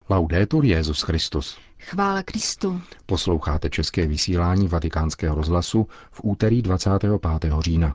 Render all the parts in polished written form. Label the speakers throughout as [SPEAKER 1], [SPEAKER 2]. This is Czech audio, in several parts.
[SPEAKER 1] Laudetur Jesus Christus.
[SPEAKER 2] Chvála Kristu.
[SPEAKER 1] Posloucháte české vysílání Vatikánského rozhlasu v úterý 25. října.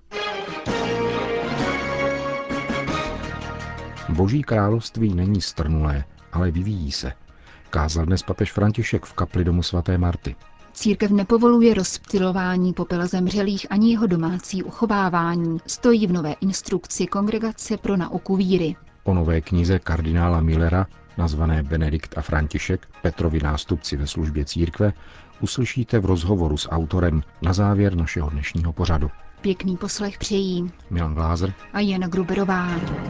[SPEAKER 1] Boží království není strnulé, ale vyvíjí se. Kázal dnes papež František v kapli domu svaté Marty.
[SPEAKER 2] Církev nepovoluje rozptylování popela zemřelých ani jeho domácí uchovávání, stojí v nové instrukci Kongregace pro nauku víry.
[SPEAKER 1] O nové knize kardinála Millera, nazvané Benedikt a František, Petrovi nástupci ve službě církve, uslyšíte v rozhovoru s autorem na závěr našeho dnešního pořadu.
[SPEAKER 2] Pěkný poslech přejí
[SPEAKER 1] Milan Glázer
[SPEAKER 2] a Jana Gruberová.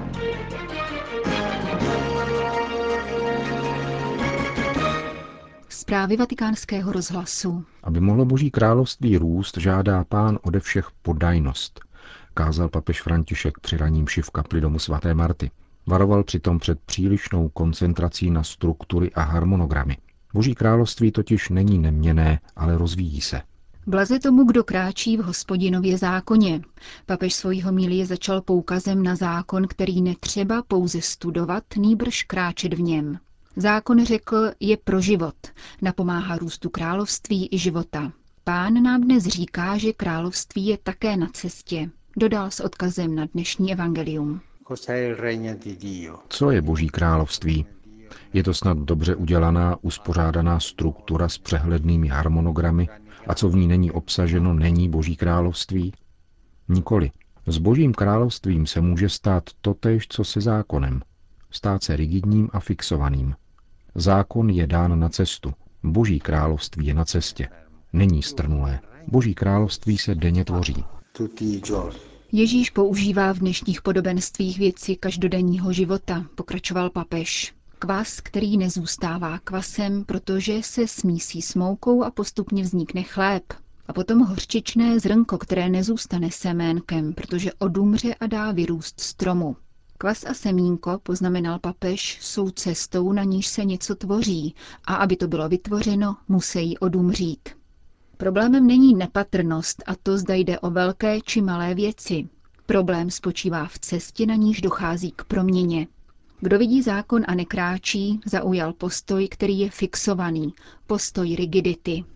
[SPEAKER 2] Zprávy Vatikánského rozhlasu.
[SPEAKER 1] Aby mohlo Boží království růst, žádá Pán ode všech podajnost, kázal papež František při raní mši v kapli domu svaté Marty. Varoval přitom před přílišnou koncentrací na struktury a harmonogramy. Boží království totiž není neměnné, ale rozvíjí se.
[SPEAKER 2] Blaze tomu, kdo kráčí v Hospodinově zákoně. Papež svojí homílie začal poukazem na zákon, který netřeba pouze studovat, nýbrž kráčet v něm. Zákon, řekl, je pro život, napomáhá růstu království i života. Pán nám dnes říká, že království je také na cestě. Dodal s odkazem na dnešní evangelium.
[SPEAKER 1] Co je Boží království? Je to snad dobře udělaná, uspořádaná struktura s přehlednými harmonogramy a co v ní není obsaženo, není Boží království? Nikoli. S Božím královstvím se může stát totéž, co se zákonem. Stát se rigidním a fixovaným. Zákon je dán na cestu. Boží království je na cestě. Není strnulé. Boží království se denně tvoří.
[SPEAKER 2] Ježíš používá v dnešních podobenstvích věci každodenního života, pokračoval papež. Kvas, který nezůstává kvasem, protože se smísí s moukou a postupně vznikne chléb. A potom hořčičné zrnko, které nezůstane seménkem, protože odumře a dá vyrůst stromu. Kvas a semínko, poznamenal papež, jsou cestou, na níž se něco tvoří, a aby to bylo vytvořeno, musí odumřít. Problémem není nepatrnost a to, zda jde o velké či malé věci. Problém spočívá v cestě, na níž dochází k proměně. Kdo vidí zákon a nekráčí, zaujal postoj, který je fixovaný, postoj rigidity.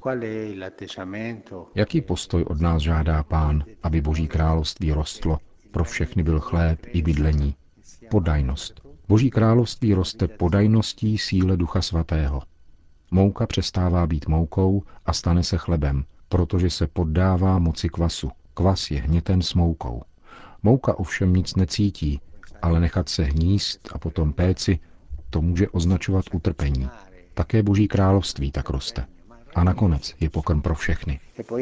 [SPEAKER 1] Jaký postoj od nás žádá Pán, aby Boží království rostlo, pro všechny byl chléb i bydlení? Podajnost. Boží království roste podajností síle Ducha Svatého. Mouka přestává být moukou a stane se chlebem, protože se poddává moci kvasu. Kvas je hněten s moukou. Mouka ovšem nic necítí, ale nechat se hníst a potom péci, to může označovat utrpení. Také Boží království tak roste. A nakonec je pokrm pro všechny.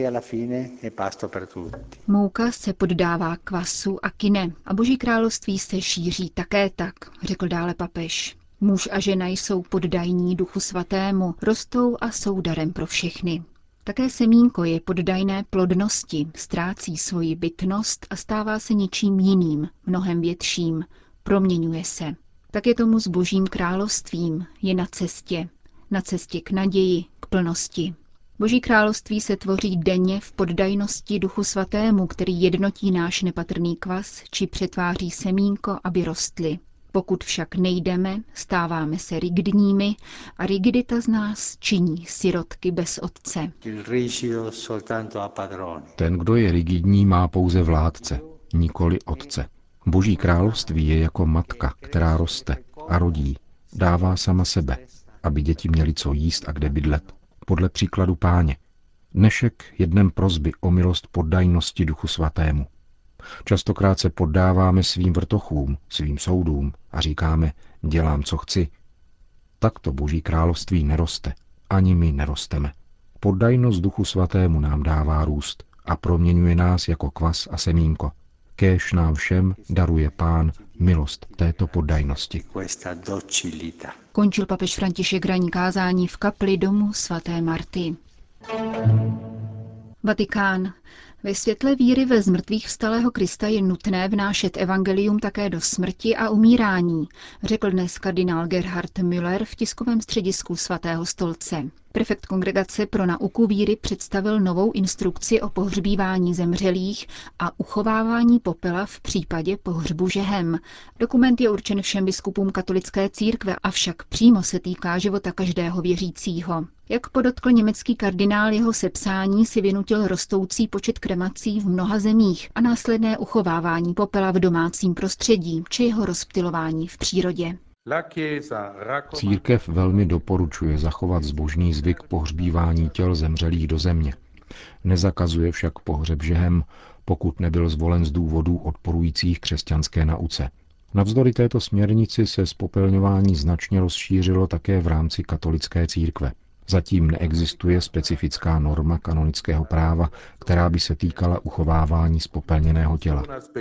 [SPEAKER 2] Mouka se poddává kvasu a kyne a Boží království se šíří také tak, řekl dále papež. Muž a žena jsou poddajní Duchu Svatému, rostou a jsou darem pro všechny. Také semínko je poddajné plodnosti, ztrácí svoji bytnost a stává se něčím jiným, mnohem větším, proměňuje se. Tak je tomu s Božím královstvím, je na cestě k naději, k plnosti. Boží království se tvoří denně v poddajnosti Duchu Svatému, který jednotí náš nepatrný kvas, či přetváří semínko, aby rostly. Pokud však nejdeme, stáváme se rigidními a rigidita z nás činí sirotky bez otce.
[SPEAKER 1] Ten, kdo je rigidní, má pouze vládce, nikoli otce. Boží království je jako matka, která roste a rodí, dává sama sebe, aby děti měly co jíst a kde bydlet, podle příkladu Páně. Dnešek je dnem prosby o milost poddajnosti Duchu Svatému. Častokrát se poddáváme svým vrtochům, svým soudům a říkáme, dělám, co chci. Takto Boží království neroste, ani my nerosteme. Poddajnost Duchu Svatému nám dává růst a proměňuje nás jako kvas a semínko. Kéž nám všem daruje Pán milost této poddajnosti.
[SPEAKER 2] Končil papež František ranní kázání v kapli domu svaté Marty. Vatikán. Ve světle víry ve zmrtvých vstalého Krista je nutné vnášet evangelium také do smrti a umírání, řekl dnes kardinál Gerhard Müller v tiskovém středisku Svatého stolce. Prefekt Kongregace pro nauku víry představil novou instrukci o pohřbívání zemřelých a uchovávání popela v případě pohřbu žehem. Dokument je určen všem biskupům katolické církve, avšak přímo se týká života každého věřícího. Jak podotkl německý kardinál, jeho sepsání si vynutil rostoucí počet kremací v mnoha zemích a následné uchovávání popela v domácím prostředí či jeho rozptylování v přírodě.
[SPEAKER 1] Církev velmi doporučuje zachovat zbožný zvyk pohřbívání těl zemřelých do země. Nezakazuje však pohřeb žehem, pokud nebyl zvolen z důvodů odporujících křesťanské nauce. Navzdory této směrnici se spopelňování značně rozšířilo také v rámci katolické církve. Zatím neexistuje specifická norma kanonického práva, která by se týkala uchovávání spopelněného těla.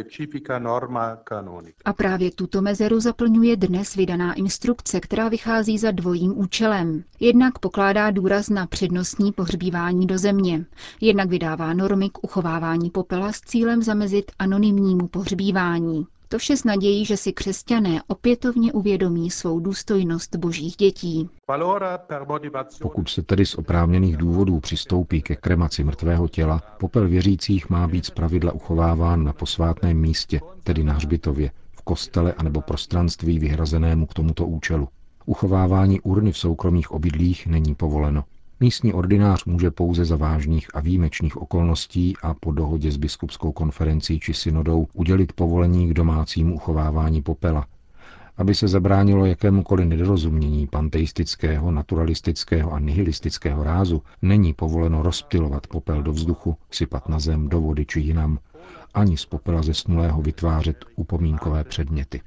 [SPEAKER 2] A právě tuto mezeru zaplňuje dnes vydaná instrukce, která vychází za dvojím účelem. Jednak pokládá důraz na přednostní pohřbívání do země, jednak vydává normy k uchovávání popela s cílem zamezit anonymnímu pohřbívání. To vše s nadějí, že si křesťané opětovně uvědomí svou důstojnost božích dětí.
[SPEAKER 1] Pokud se tedy z oprávněných důvodů přistoupí ke kremaci mrtvého těla, popel věřících má být zpravidla uchováván na posvátném místě, tedy na hřbitově, v kostele anebo prostranství vyhrazenému k tomuto účelu. Uchovávání urny v soukromých obydlích není povoleno. Místní ordinář může pouze za vážných a výjimečných okolností a po dohodě s biskupskou konferencí či synodou udělit povolení k domácímu uchovávání popela. Aby se zabránilo jakémukoliv nedorozumění panteistického, naturalistického a nihilistického rázu, není povoleno rozptylovat popel do vzduchu, sypat na zem, do vody či jinam, ani z popela zesnulého vytvářet upomínkové předměty.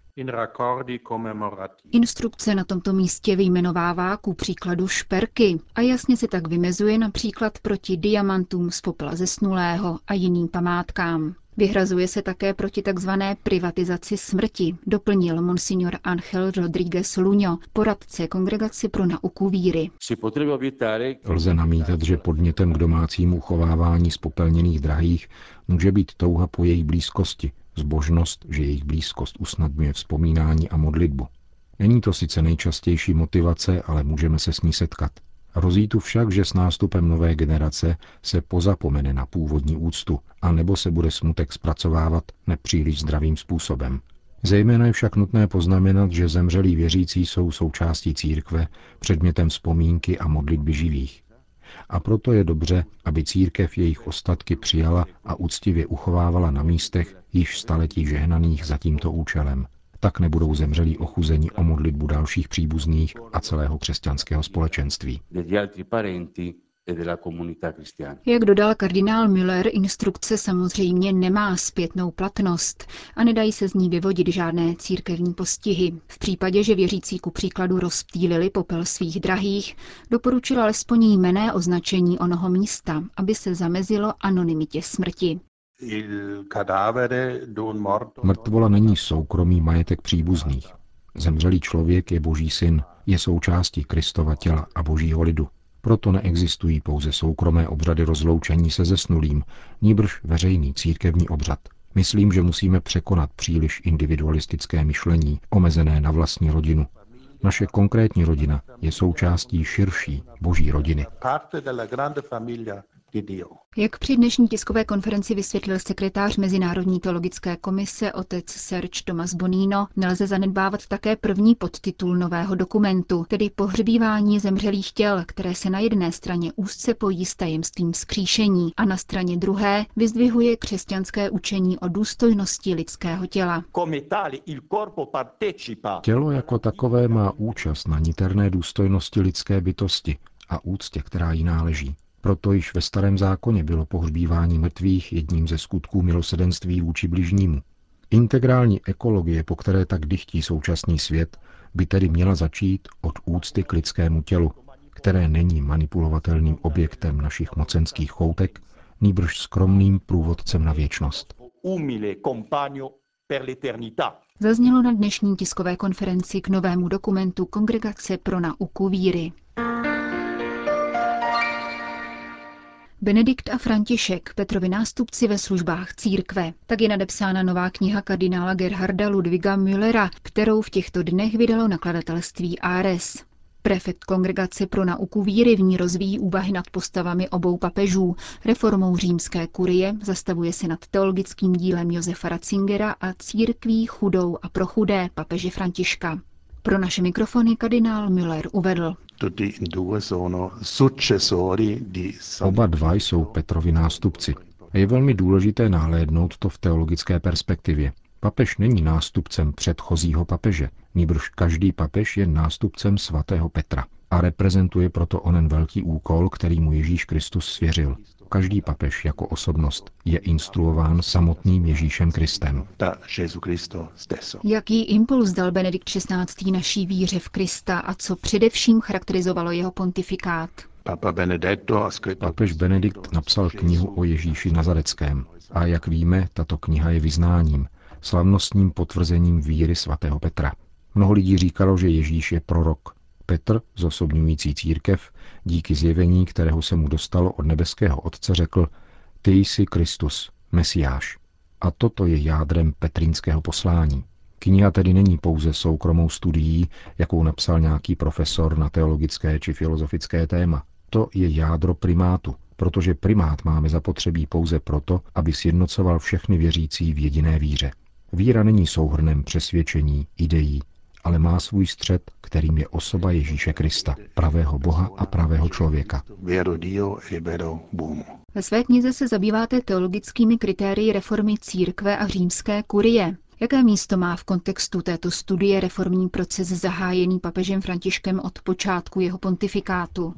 [SPEAKER 2] Instrukce na tomto místě vyjmenovává ku příkladu šperky a jasně se tak vymezuje například proti diamantům z popela zesnulého a jiným památkám. Vyhrazuje se také proti takzvané privatizaci smrti, doplnil monsignor Ángel Rodríguez Luño, poradce Kongregace pro nauku víry.
[SPEAKER 1] Lze namítat, že podnětem k domácímu uchovávání spopelněných drahých může být touha po jejich blízkosti, zbožnost, že jejich blízkost usnadňuje vzpomínání a modlitbu. Není to sice nejčastější motivace, ale můžeme se s ní setkat. Hrozí tu však, že s nástupem nové generace se pozapomene na původní úctu, anebo se bude smutek zpracovávat nepříliš zdravým způsobem. Zejména je však nutné poznamenat, že zemřelí věřící jsou součástí církve, předmětem vzpomínky a modlitby živých. A proto je dobře, aby církev jejich ostatky přijala a úctivě uchovávala na místech již staletí žehnaných za tímto účelem. Tak nebudou zemřelí ochuzeni o modlitbu dalších příbuzných a celého křesťanského společenství.
[SPEAKER 2] Jak dodal kardinál Müller, instrukce samozřejmě nemá zpětnou platnost a nedají se z ní vyvodit žádné církevní postihy. V případě, že věřící ku příkladu rozptýlili popel svých drahých, doporučil alespoň jmenné označení onoho místa, aby se zamezilo anonymitě smrti.
[SPEAKER 1] Mrtvola není soukromý majetek příbuzných. Zemřelý člověk je Boží syn, je součástí Kristova těla a Božího lidu. Proto neexistují pouze soukromé obřady rozloučení se zesnulým, nýbrž veřejný církevní obřad. Myslím, že musíme překonat příliš individualistické myšlení, omezené na vlastní rodinu. Naše konkrétní rodina je součástí širší Boží rodiny.
[SPEAKER 2] Jak při dnešní tiskové konferenci vysvětlil sekretář Mezinárodní teologické komise otec Serge Tomas Bonino, nelze zanedbávat také první podtitul nového dokumentu, tedy pohřbívání zemřelých těl, které se na jedné straně úzce pojí s tajemstvím vzkříšení a na straně druhé vyzdvihuje křesťanské učení o důstojnosti lidského těla.
[SPEAKER 1] Tělo jako takové má účast na niterné důstojnosti lidské bytosti a úctě, která jí náleží. Proto již ve Starém zákoně bylo pohřbívání mrtvých jedním ze skutků milosrdenství vůči bližnímu. Integrální ekologie, po které tak dychtí současný svět, by tedy měla začít od úcty k lidskému tělu, které není manipulovatelným objektem našich mocenských choutek, nýbrž skromným průvodcem na věčnost.
[SPEAKER 2] Zaznělo na dnešní tiskové konferenci k novému dokumentu Kongregace pro nauku víry. Benedikt a František, Petrovi nástupci ve službách církve. Tak je nadepsána nová kniha kardinála Gerharda Ludwiga Müllera, kterou v těchto dnech vydalo nakladatelství Ares. Prefekt Kongregace pro nauku víry v ní rozvíjí úvahy nad postavami obou papežů, reformou římské kurie, zastavuje se nad teologickým dílem Josefa Ratzingera a církví chudou a pro chudé papeže Františka. Pro naše mikrofony kardinál Müller uvedl.
[SPEAKER 1] Oba dva jsou Petrovi nástupci. A je velmi důležité nahlédnout to v teologické perspektivě. Papež není nástupcem předchozího papeže, nýbrž každý papež je nástupcem svatého Petra a reprezentuje proto onen velký úkol, který mu Ježíš Kristus svěřil. Každý papež jako osobnost je instruován samotným Ježíšem Kristem.
[SPEAKER 2] Jaký impuls dal Benedikt XVI. Naší víře v Krista a co především charakterizovalo jeho pontifikát?
[SPEAKER 1] Papež Benedikt napsal knihu o Ježíši Nazareckém a jak víme, tato kniha je vyznáním, slavnostním potvrzením víry svatého Petra. Mnoho lidí říkalo, že Ježíš je prorok. Petr, zosobňující církev, díky zjevení, kterého se mu dostalo od nebeského Otce, řekl: Ty jsi Kristus, Mesiáš. A toto je jádrem petrínského poslání. Kniha tedy není pouze soukromou studií, jakou napsal nějaký profesor na teologické či filozofické téma. To je jádro primátu, protože primát máme zapotřebí pouze proto, aby sjednocoval všechny věřící v jediné víře. Víra není souhrnem přesvědčení, ideí, ale má svůj střed, kterým je osoba Ježíše Krista, pravého Boha a pravého člověka.
[SPEAKER 2] Ve své knize se zabýváte teologickými kritérii reformy církve a římské kurie. Jaké místo má v kontextu této studie reformní proces zahájený papežem Františkem od počátku jeho pontifikátu?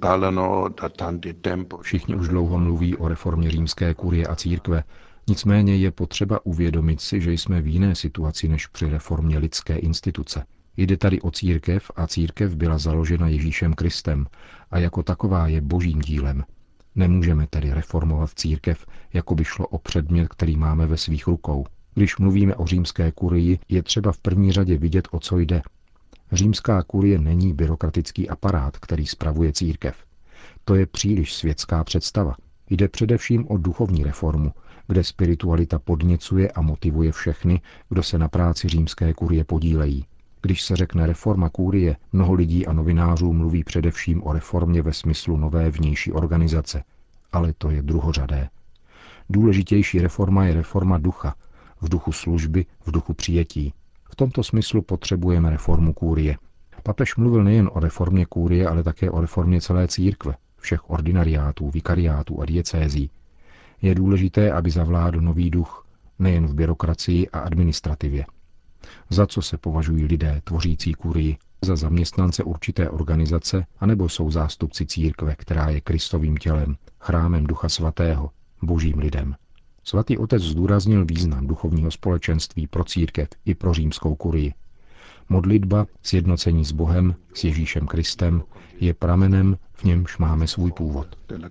[SPEAKER 1] Všichni už dlouho mluví o reformě římské kurie a církve, nicméně je potřeba uvědomit si, že jsme v jiné situaci než při reformě lidské instituce. Jde tady o církev a církev byla založena Ježíšem Kristem a jako taková je božím dílem. Nemůžeme tedy reformovat církev, jako by šlo o předmět, který máme ve svých rukou. Když mluvíme o římské kurii, je třeba v první řadě vidět, o co jde. Římská kurie není byrokratický aparát, který spravuje církev. To je příliš světská představa. Jde především o duchovní reformu, kde spiritualita podněcuje a motivuje všechny, kdo se na práci římské kurie podílejí. Když se řekne reforma kurie, mnoho lidí a novinářů mluví především o reformě ve smyslu nové vnější organizace. Ale to je druhořadé. Důležitější reforma je reforma ducha, v duchu služby, v duchu přijetí. V tomto smyslu potřebujeme reformu kurie. Papež mluvil nejen o reformě kurie, ale také o reformě celé církve, všech ordinariátů, vikariátů a diecézí. Je důležité, aby zavládl nový duch, nejen v byrokracii a administrativě. Za co se považují lidé tvořící kurii? Za zaměstnance určité organizace, anebo jsou zástupci církve, která je Kristovým tělem, chrámem Ducha Svatého, božím lidem? Svatý otec zdůraznil význam duchovního společenství pro církev i pro římskou kurii. Modlitba, sjednocení s Bohem, s Ježíšem Kristem, je pramenem, v němž máme svůj původ.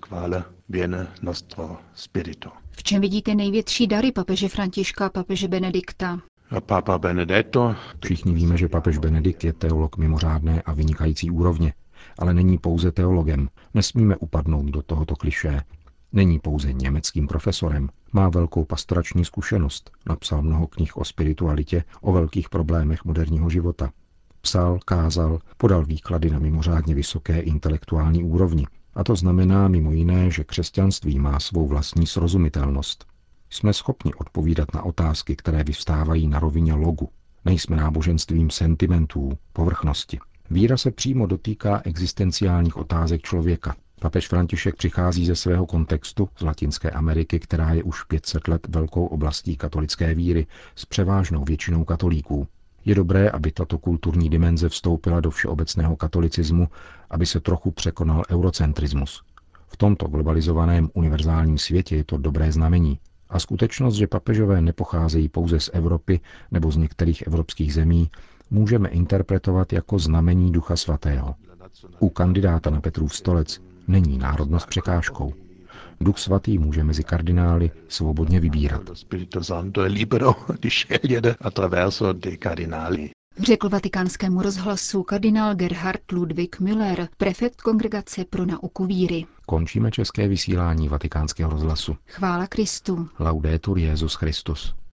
[SPEAKER 2] V čem vidíte největší dary papeže Františka a papeže Benedikta?
[SPEAKER 1] Všichni víme, že papež Benedikt je teolog mimořádné a vynikající úrovně, ale není pouze teologem. Nesmíme upadnout do tohoto klišé. Není pouze německým profesorem, má velkou pastorační zkušenost, napsal mnoho knih o spiritualitě, o velkých problémech moderního života. Psal, kázal, podal výklady na mimořádně vysoké intelektuální úrovni. A to znamená mimo jiné, že křesťanství má svou vlastní srozumitelnost. Jsme schopni odpovídat na otázky, které vyvstávají na rovině logu. Nejsme náboženstvím sentimentů, povrchnosti. Víra se přímo dotýká existenciálních otázek člověka. Papež František přichází ze svého kontextu z Latinské Ameriky, která je už 500 let velkou oblastí katolické víry s převážnou většinou katolíků. Je dobré, aby tato kulturní dimenze vstoupila do všeobecného katolicismu, aby se trochu překonal eurocentrismus. V tomto globalizovaném univerzálním světě je to dobré znamení. A skutečnost, že papežové nepocházejí pouze z Evropy nebo z některých evropských zemí, můžeme interpretovat jako znamení Ducha Svatého. U kandidáta na Petrův stolec není národnost překážkou. Duch Svatý může mezi kardinály svobodně vybírat.
[SPEAKER 2] řekl Vatikánskému rozhlasu kardinál Gerhard Ludwig Müller, prefekt Kongregace pro nauku víry.
[SPEAKER 1] Končíme české vysílání Vatikánského rozhlasu.
[SPEAKER 2] Chvála Kristu.
[SPEAKER 1] Laudetur Jesus Christus.